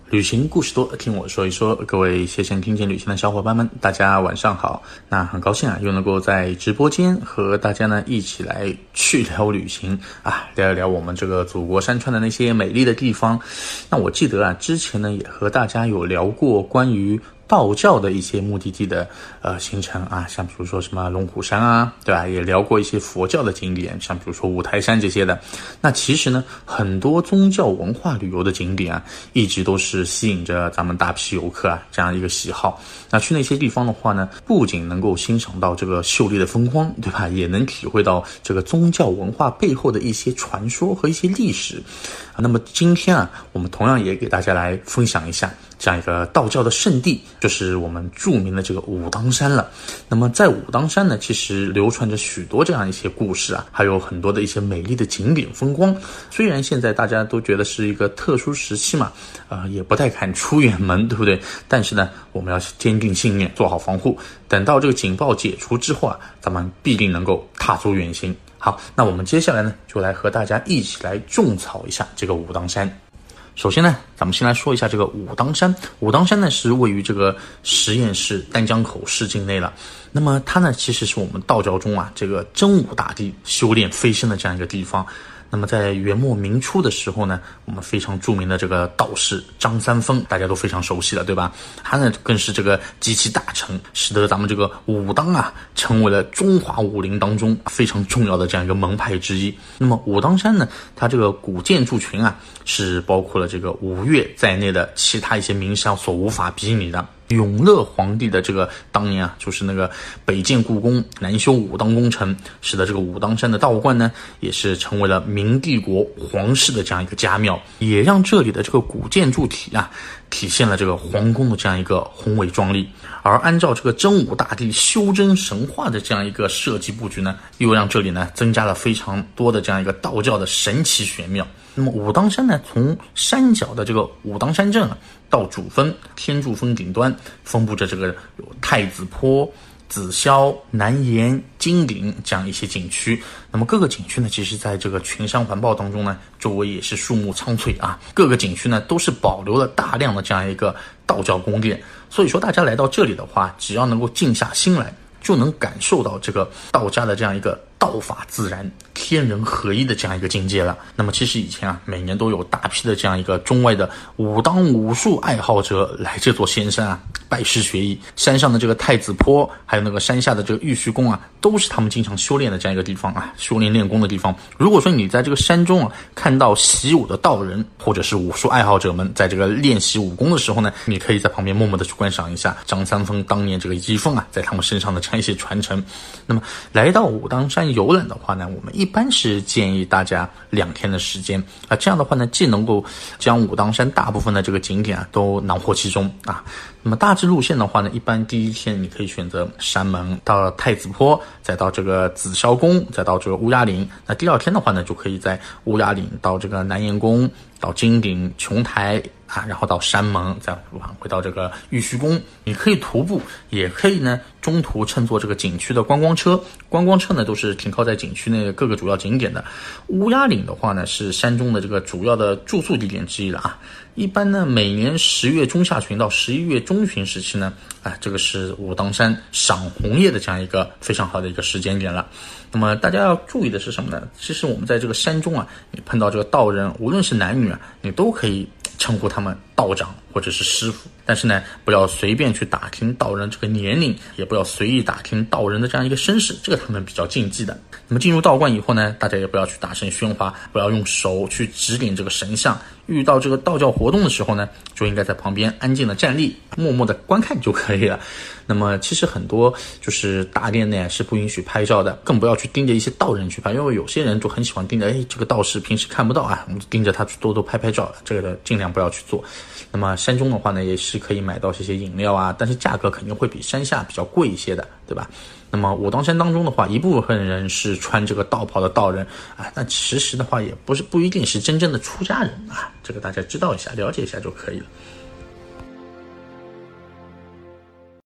旅行故事多，听我说一说。各位携程听见旅行的小伙伴们，大家晚上好。那很高兴啊，又能够在直播间和大家呢一起来去聊旅行啊，聊一聊我们这个祖国山川的那些美丽的地方。那我记得啊，之前呢也和大家有聊过关于道教的一些目的地的行程啊，像比如说什么龙虎山啊，对吧？也聊过一些佛教的景点，像比如说五台山这些的。那其实呢，很多宗教文化旅游的景点啊，一直都是吸引着咱们大批游客啊这样一个喜好。那去那些地方的话呢，不仅能够欣赏到这个秀丽的风光，对吧？也能体会到这个宗教文化背后的一些传说和一些历史。那么今天啊，我们同样也给大家来分享一下这样一个道教的圣地，就是我们著名的这个武当山了。那么在武当山呢，其实流传着许多这样一些故事啊，还有很多的一些美丽的景点风光。虽然现在大家都觉得是一个特殊时期嘛，也不太敢出远门，对不对？但是呢，我们要坚定信念，做好防护。等到这个警报解除之后啊，咱们必定能够踏足远行。好，那我们接下来呢，就来和大家一起来种草一下这个武当山。首先呢，咱们先来说一下这个武当山。武当山呢是位于这个十堰市丹江口市境内了。那么它呢其实是我们道教中啊这个真武大帝修炼飞升的这样一个地方。那么在元末明初的时候呢，我们非常著名的这个道士张三丰，大家都非常熟悉了，对吧？他呢更是这个集其大成，使得咱们这个武当啊成为了中华武林当中非常重要的这样一个门派之一。那么武当山呢，它这个古建筑群啊，是包括了这个五岳在内的其他一些名山所无法比拟的。永乐皇帝的这个当年啊，就是那个北建故宫，南修武当工程，使得这个武当山的道观呢，也是成为了明帝国皇室的这样一个家庙，也让这里的这个古建筑体啊，体现了这个皇宫的这样一个宏伟壮丽。而按照这个真武大帝修真神话的这样一个设计布局呢，又让这里呢增加了非常多的这样一个道教的神奇玄妙。那么武当山呢，从山脚的这个武当山镇啊，到主峰天柱峰顶端，分布着这个有太子坡、紫霄、南岩、金顶这样一些景区。那么各个景区呢，其实在这个群山环抱当中呢，周围也是树木苍翠啊。各个景区呢都是保留了大量的这样一个道教宫殿，所以说大家来到这里的话，只要能够静下心来，就能感受到这个道家的这样一个道法自然、天人合一的这样一个境界了。那么其实以前啊，每年都有大批的这样一个中外的武当武术爱好者来这座仙山啊拜师学艺。山上的这个太子坡，还有那个山下的这个玉虚宫啊，都是他们经常修炼的这样一个地方啊，修炼练功的地方。如果说你在这个山中啊看到习武的道人或者是武术爱好者们在这个练习武功的时候呢，你可以在旁边默默的去观赏一下张三丰当年这个遗风啊在他们身上的这样一些传承。那么来到武当山游览的话呢，我们一般是建议大家2天的时间啊，这样的话呢，既能够将武当山大部分的这个景点啊都囊括其中啊。那么大致路线的话呢，一般第一天你可以选择山门到太子坡，再到这个紫霄宫，再到这个乌鸦岭。那第2天的话呢，就可以在乌鸦岭到这个南岩宫，到金顶、琼台啊，然后到山门，再返回到这个玉虚宫。你可以徒步，也可以呢中途乘坐这个景区的观光车。观光车呢都是停靠在景区内的各个主要景点的。乌鸦岭的话呢，是山中的这个主要的住宿地点之一了啊。一般呢，每年10月中下旬到11月中旬时期呢，这个是武当山赏红叶的这样一个非常好的一个时间点了。那么大家要注意的是什么呢？其实我们在这个山中啊，你碰到这个道人，无论是男女啊，你都可以称呼他们道长或者是师傅。但是呢，不要随便去打听道人这个年龄，也不要随意打听道人的这样一个身世，这个他们比较禁忌的。那么进入道观以后呢，大家也不要去大声喧哗，不要用手去指点这个神像。遇到这个道教活动的时候呢，就应该在旁边安静的站立，默默的观看就可以了。那么其实很多就是大殿内是不允许拍照的，更不要去盯着一些道人去拍，因为有些人就很喜欢盯着，这个道士平时看不到啊，我们盯着他去多拍照，这个尽量不要去做。那么山中的话呢，也是可以买到这些饮料啊，但是价格肯定会比山下比较贵一些的，对吧？那么武当山当中的话，一部分人是穿这个道袍的道人啊，但其实的话也不一定是真正的出家人啊，这个大家知道一下，了解一下就可以了。